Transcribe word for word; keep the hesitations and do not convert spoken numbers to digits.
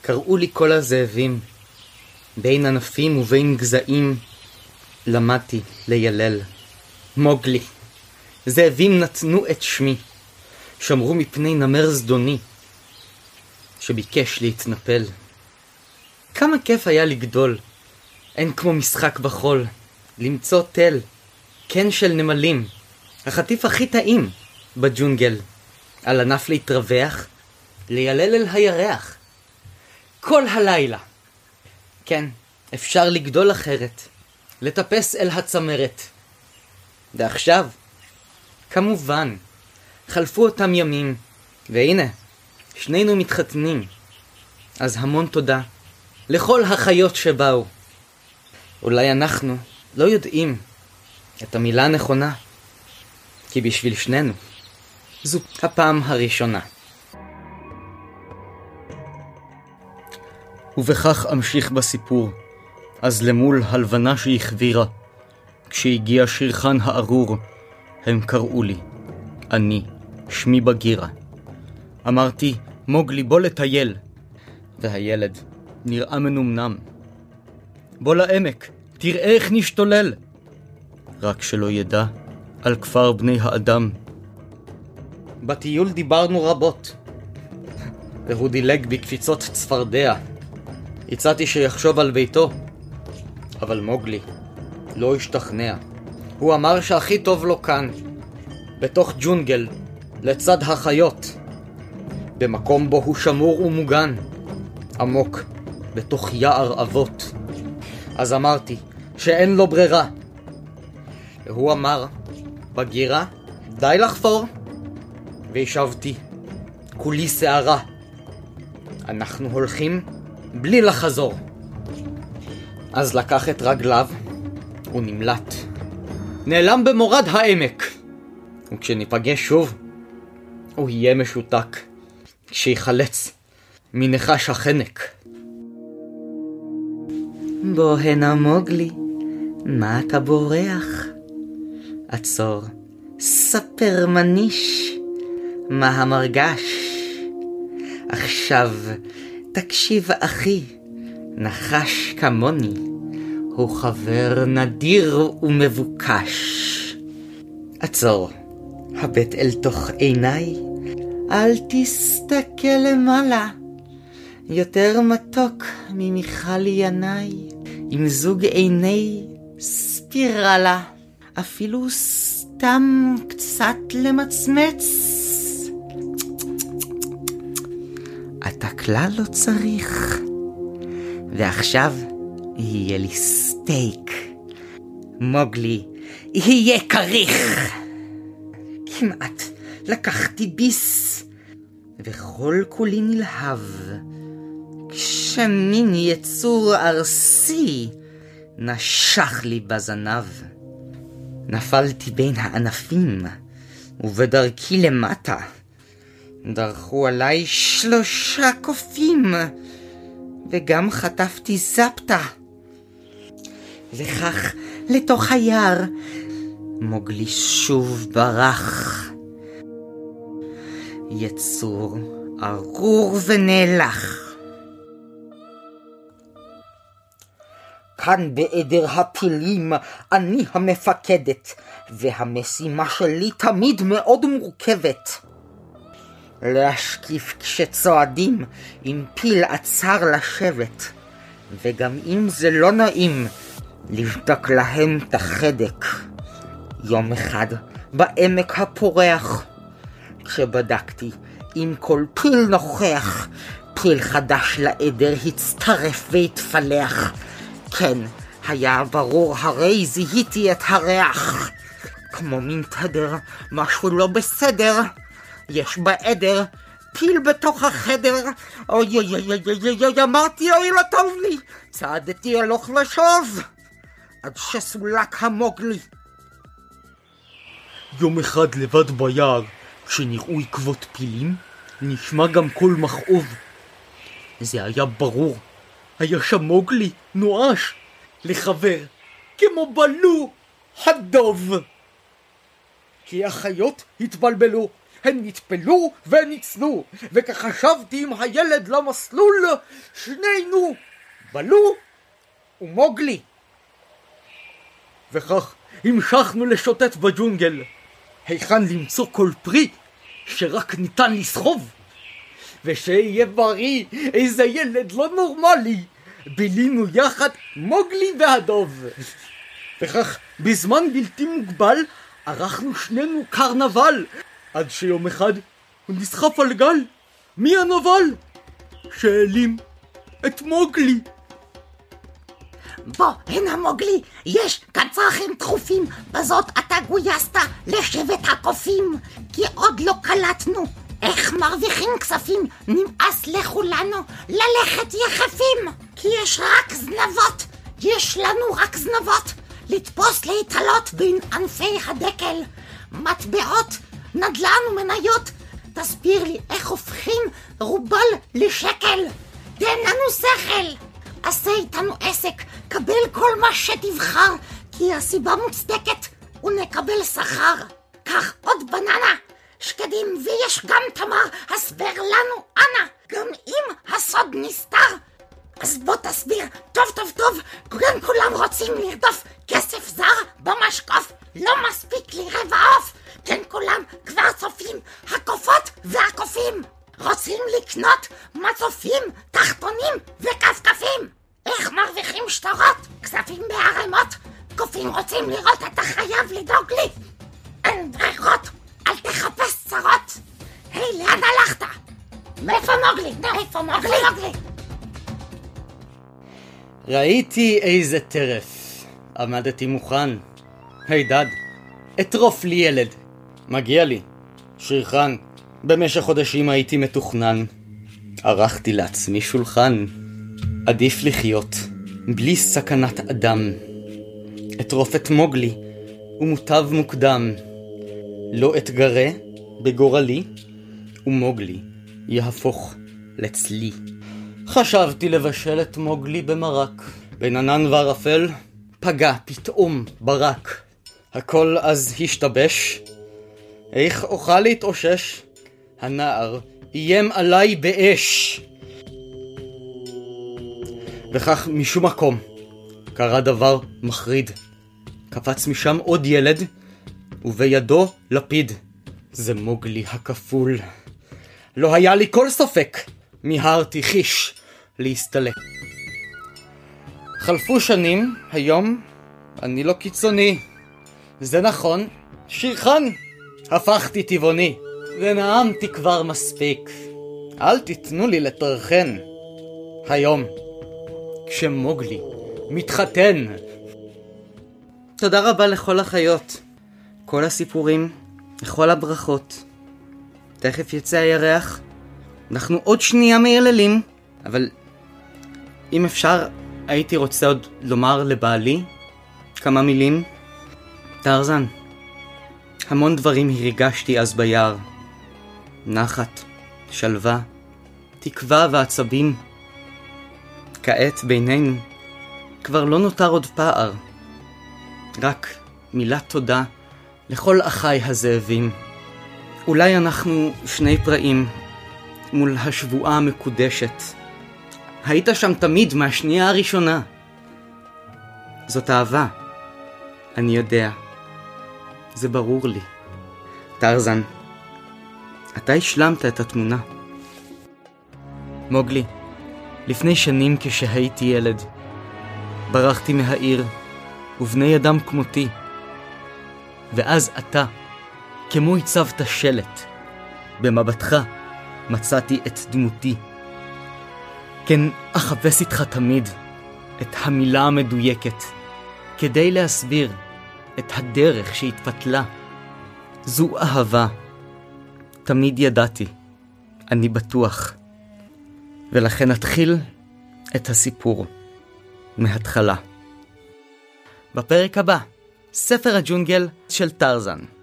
קראו לי כל הזאבים. בין ענפים ובין גזעים למדתי לילל. מוגלי. זאבים נתנו את שמי. שמרו מפני נמר זדוני שביקש להתנפל. כמה כיף היה לגדול. אין כמו משחק בחול. למצוא תל. קן של נמלים. החטיף הכי טעים בג'ונגל. על ענף להתרווח. לילל אל הירח. כל הלילה. כן, אפשר לגדול אחרת. לטפס אל הצמרת. ועכשיו, כמובן, חלפו אותם ימים. והנה, שנינו מתחתנים. אז המון תודה לכל החיות שבאו. אולי אנחנו לא יודעים את המילה הנכונה, כי בשביל שנינו זו הפעם הראשונה. ובכך אמשיך בסיפור. אז למול הלבנה שהחבירה, כשהגיע שירחן הארור, הם קראו לי. אני, שמי בגירה. אמרתי, מוגלי, בוא לטייל. והילד נראה מנומנם. בוא לעמק, תראה איך נשתולל. רק שלא ידע על כפר בני האדם. בטיול דיברנו רבות, והוא דילג בקפיצות צפרדע. הצעתי שיחשוב על ביתו, אבל מוגלי לא השתכנע. הוא אמר שהכי טוב לו כאן, בתוך ג'ונגל, לצד החיות, במקום בו הוא שמור ומוגן, עמוק בתוך יער אבות. אז אמרתי שאין לו ברירה. והוא אמר, בגירה, די לחפור. וישבתי, כולי שערה. אנחנו הולכים בלי לחזור. אז לקח את רגליו ונמלט. נעלם במורד העמק. וכשניפגש שוב, הוא יהיה משותק, כשיחלץ מנחש החנק. בוא הנה מוגלי, מה אתה בורח? עצור, ספר מניש, מה המרגש? עכשיו תקשיב אחי, נחש כמוני הוא חבר נדיר ומבוקש. עצור, הבט אל תוך עיניי, אל תסתכל למעלה, יותר מתוק ממיכל ינאי, עם זוג עיני ספירלה, אפילו סתם קצת למצמץ. אתה כלל לא צריך. ועכשיו יהיה לי סטייק. מוגלי יהיה קריך. כמעט לקחתי ביס, וכל כולי נלהב, כשמין יצור ארסי נשך לי בזנב. נפלתי בין הענפים, ובדרכי למטה דרכו עליי שלושה קופים, וגם חטפתי זפתה. וכך לתוך היער מוגלי שוב ברח, יצור ארור ונאלח. כאן בעדר הפילים אני המפקדת, והמשימה שלי תמיד מאוד מורכבת. להשקיף כשצועדים עם פיל עצר לשבת, וגם אם זה לא נעים, לבדוק להם את החדק. יום אחד בעמק הפורח, כשבדקתי אם כל פיל נוכח, פיל חדש לעדר הצטרף והתפלח. כן, היה ברור, הרי זיהיתי את הריח. כמו מין תדר, משהו לא בסדר. יש בעדר פיל בתוך החדר. אוי אוי אוי אוי אוי, אמרתי אוי לא טוב לי. צעדתי הלוך ושוב עד שסולק המוגלי. יום אחד לבד ביער, כשנראו עקבות פילים, נשמע גם קול מכאוב. זה היה ברור, היה שם מוגלי נואש לחבר כמו בלו הדוב. כי החיות התבלבלו הן נטפלו וניצלו, וכחשבתי עם הילד למסלול, שנינו, בלו ומוגלי. וכך המשכנו לשוטט בג'ונגל, היכן למצוא כל פרי שרק ניתן לסחוב. ושיהיה בריא, איזה ילד לא נורמלי, בילינו יחד מוגלי והדוב. וכך בזמן בלתי מוגבל ערכנו שנינו קרנבל, עד שיום אחד הוא נסחף על גל. מי הנבל? שאלים את מוגלי. בוא, הנה מוגלי, יש כאן צרכים דחופים, בזאת אתה גויסת לשבט הקופים, כי עוד לא קלטנו איך מרוויחים כספים. נמאס לכולנו ללכת יחפים, כי יש רק זנבות, יש לנו רק זנבות, לתפוס להתעלות בין ענפי הדקל, מטבעות, נדל"ן ומניות. תסביר לי איך הופכים רובל לשקל, תן לנו שכל, עשה איתנו עסק, קבל כל מה שתבחר, כי הסיבה מוצדקת ונקבל שכר. קח עוד בננה, שקדים ויש גם תמר, הסבר לנו אנא, גם אם הסוד נסתר. אז בוא תסביר טוב טוב טוב, כולם כולם רוצים לרדוף כסף זר במשקוף, לא מספיק לי רבע עוף, כן כולם כבר צופים, הקופות והקופים רוצים לקנות מצופים, תחתונים וכפכפים. איך מרוויחים שטרות? כספים בערימות, קופים רוצים לראות, אתה חייב לדאוג לי. אין ברירות, אל תחפש צרות. היי, לאן הלכת? מאיפה מוגלי? מאיפה מוגלי? מוגלי? ראיתי איזה טרף, עמדתי מוכן. היי דד, אטרוף לי ילד, מגיע לי, שריחן. במשך חודשים הייתי מתוכנן, ערכתי לעצמי שולחן. עדיף לחיות בלי סכנת אדם, אטרוף את מוגלי ומוטב מוקדם. לא אתגרה בגורלי ומוגלי יהפוך לצלי. חשבתי לבשל את מוגלי במרק, בין ענן וערפל פגע פתאום ברק. הכל אז השתבש, איך אוכל להתאושש? הנער איים עליי באש. וכך משום מקום קרה דבר מחריד. קפץ משם עוד ילד ובידו לפיד. זה מוגלי הכפול. לא היה לי כל ספק, מיהרתי חיש להסתלק. חלפו שנים, היום אני לא קיצוני. זה נכון, שריחן, הפכתי טבעוני, ונעמתי כבר מספיק. אל תיתנו לי לטרחן. היום, כשמוגלי מתחתן. תודה רבה לכל החיות, כל הסיפורים, לכל הברכות. תכף יצא הירח, אנחנו עוד שנייה מיללים, אבל אם אפשר, הייתי רוצה עוד לומר לבעלי כמה מילים. טרזן, המון דברים הרגשתי אז ביער. נחת, שלווה, תקווה ועצבים. כעת בינינו כבר לא נותר עוד פער. רק מילת תודה לכל אחי הזאבים. אולי אנחנו שני פראים מול השבועה המקודשת. היית שם תמיד מהשנייה הראשונה. זאת אהבה, אני יודע. זה ברור לי. טרזן, אתה השלמת את התמונה. מוגלי, לפני שנים כשהייתי ילד, ברחתי מהעיר, ובני אדם כמותי. ואז אתה, כמו הצבת שלט, במבטך מצאתי את דמותי. כן, אחפש איתך תמיד את המילה המדויקת, כדי להסביר את הדרך שהתפתלה. זו אהבה. תמיד ידעתי, אני בטוח. ולכן נתחיל את הסיפור מההתחלה. בפרק הבא, ספר הג'ונגל של טרזן.